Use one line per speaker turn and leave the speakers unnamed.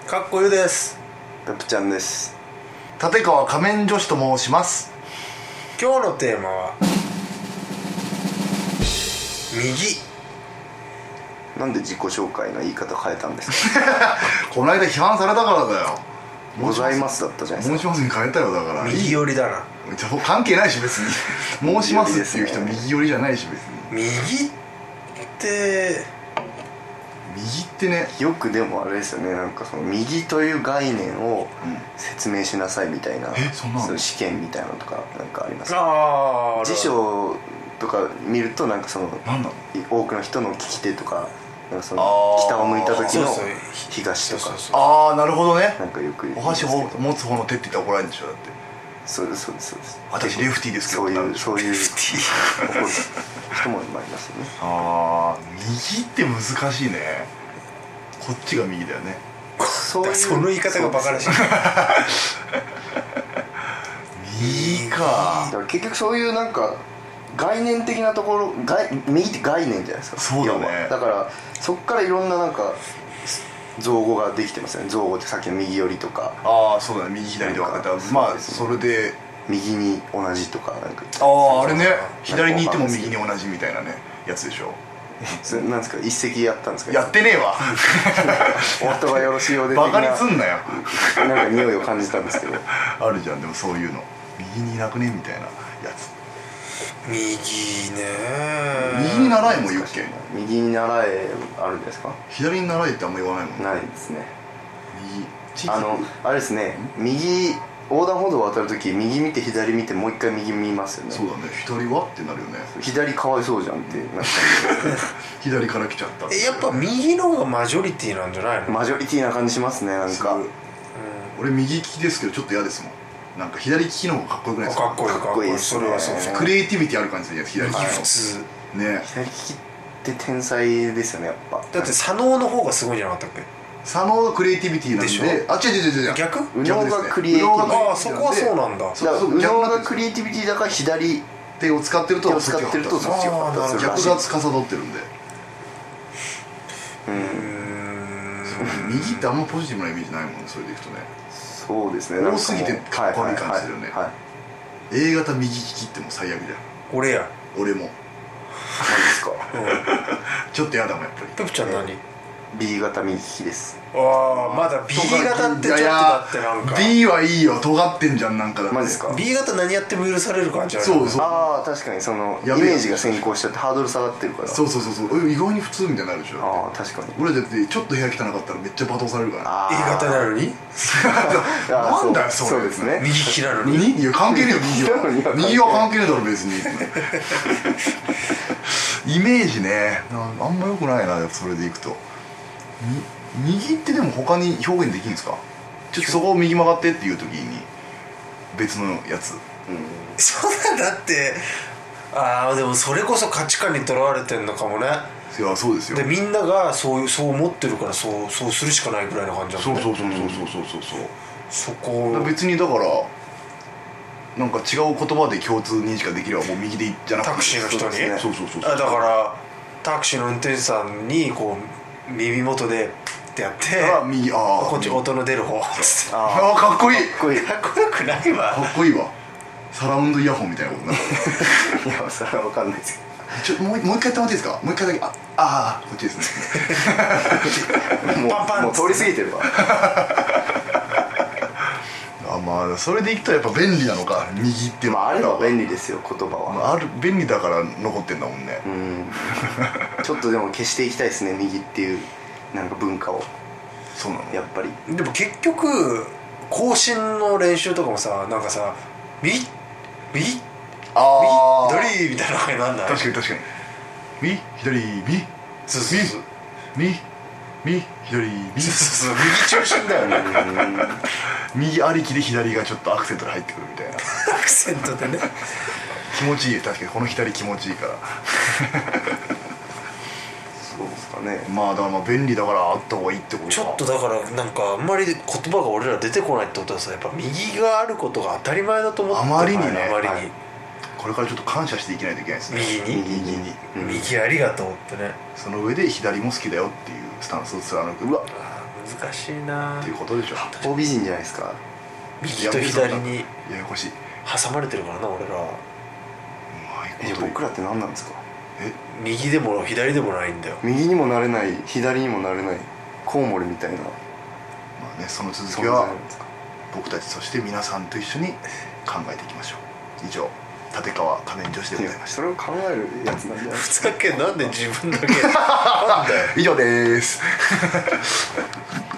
かっこゆです。
ペプちゃんです。
立川仮面女子と申します。
今日のテーマは右。
なんで自己紹介の言い方変えたんですか？
この間批判されたからだよ。
ございますだったじゃないですか。
申しますに変えたよ。だから
右寄りだな。
関係ないし別に申しますっていう人右寄りじゃないし別に。
右って
ね、
よくでもあれですよね、なんかその右という概念を説明しなさいみたいな、
そんなの
そういう試験みたいなのとかなんかありますか？
ああ
辞書とか見るとなんかその
なんだ
多くの人の利き手とか、なんかその北を向いた時の東とか、
ああなるほどね。
なんかよく言
お
うんですけど、
箸を持つ方の手って言ったら怒られるんでしょ。だって
そうですそうですそうです。
私レフティーですけど
そういう
ってなるでしょ。
怒る人もいますよね。
ああ右って難しいね。こっちが右だよね。
そういう、
その言い方がバカらしい。
右か。
だから結局そういうなんか概念的なところ、右って概念じゃないですか。
そうだね。
要はだからそっからいろんななんか造語ができてますよね。造語ってさっきの右寄りとか、
ああそうだね。右左で分かれた。まあそれで
右に同じとかなんか、
あれね、左にいても右に同じみたいなねやつでしょ。
それなんですか、一席やったんですか？
やってねえわ。
お後がよろしいようで
バカにすんなよ。
なんか匂いを感じたんですけど
あるじゃん。でもそういうの右にいなくねみたいなやつ。
右ね。
右に習えも言うっけ？
右に習えあるんですか？
左に習えってあんま言わないもんね。
ないですね。
右
あれですね、右横断歩道を渡るとき右見て左見てもう一回右見ますよね。
そうだね。左はってなるよね。
左かわいそうじゃんってなったんで
左から来ちゃった。
やっぱ右の方がマジョリティなんじゃないの？
マジョリティな感じしますね。なんか
俺右利きですけどちょっと嫌ですもん。なんか左利きの方がかっこよくないですか？
かっこいいかっこいい。それはそう。
クリエイティビティある感じするやつ左利きの。
普通
ね。
左利きって天才ですよね、やっぱ。
だって左脳の方がすごいんじゃなかったっけ？
左脳がクリエイティビティなんで。
でしょ
あ、違う
逆？
右脳がクリエイティビティ。
ああそこはそうなんだ。
だから右脳がクリエイティビティだから左
手を使ってると
そっちが発達する。
逆が司ってるんで。右ってあんまポジティブなイメージないもんね。それでいくとね。
そうですね。
多すぎてかっこ悪い感じするよね。A 型右利きってもう最悪だよ。
俺や。
俺も。
何ですか？
ちょっとやだもんやっぱり。
ペプちゃん何？
B 型右利きです。
ああまだ B 型ってちょっとだってなんか
B はいいよ。尖ってんじゃんなんかだって。
マジですか？
B 型何やっても許される感じある。
そうそう。
ああ確かにそのイメージが先行しちゃってハードル下がってるから。
そう意外に普通みたいになるでしょ。
ああ確かに。
俺だってちょっと部屋汚かったらめっちゃ罵倒されるから。
A 型なのに
なんだよそれ。
そうですね。
右利きなのに。
いや関係ねえよ右は。右は関係ねえだろ別に。イメージねあんま良くないな。それでいくと右ってでも他に表現できるんですか？ちょっとそこを右曲がってっていう時に別のやつ。
そうなんだって。ああでもそれこそ価値観にとらわれてんのかもね。
いやそうですよ。
でみんながそう思ってるからそうするしかないぐらいの感じだもんね。
そう
そこ
別にだからなんか違う言葉で共通認識ができればもう右でいいじゃなくて、
タクシーの人に
そう
だからタクシーの運転手さんにこう耳元でってやって
右
こっち音の出る方つって
かっこいい。
かっこよくないわ。
かっこいいわ。サラウンドイヤホンみたいなことなんか
いやそれは分かんないですけど
もう一回やってもらっていいですか？もう一回だけこっちですね。
パンパン
もう通り過ぎてるわ。
まあそれでいくとやっぱ便利なのか右っていうのは。
あれば便利ですよ言葉は。
便利だから残ってんだもんね。
ちょっとでも消していきたいですね右っていうなんか文化を。
そうなの
やっぱり。
でも結局更新の練習とかもさなんかさ右左みたいな感じなんだ。
確かに右左右
そう
右左右
そう右中心だよね。
右ありきで左がちょっとアクセントで入ってくるみたいな。
アクセントでね。
気持ちいい。確かにこの左気持ちいいから。
そうですかね。
まあだからまあ便利だからあった方がいいってことか。
ちょっとだからなんかあんまり言葉が俺ら出てこないってことはさやっぱ右があることが当たり前だと思って
あまりにね
あまりに、
これからちょっと感謝していけないといけないですね。
右に、右ありがとうってね。
その上で左も好きだよっていうスタンスを貫く。うわ
難しいな
っていうことでしょ。
八方美人じゃないですか。
右と左に
ややこしい。
挟まれてるからな俺ら。
僕らって何なんですか。
右でも左でもないんだよ。
右にもなれない左にもなれないコウモリみたいな。
まあね、その続きは僕たちそして皆さんと一緒に考えていきましょう。以上立川仮面女子でございました。
それを考えるやつなんじゃないですか。
ふざけんなんで自分だけなんだよ
以上です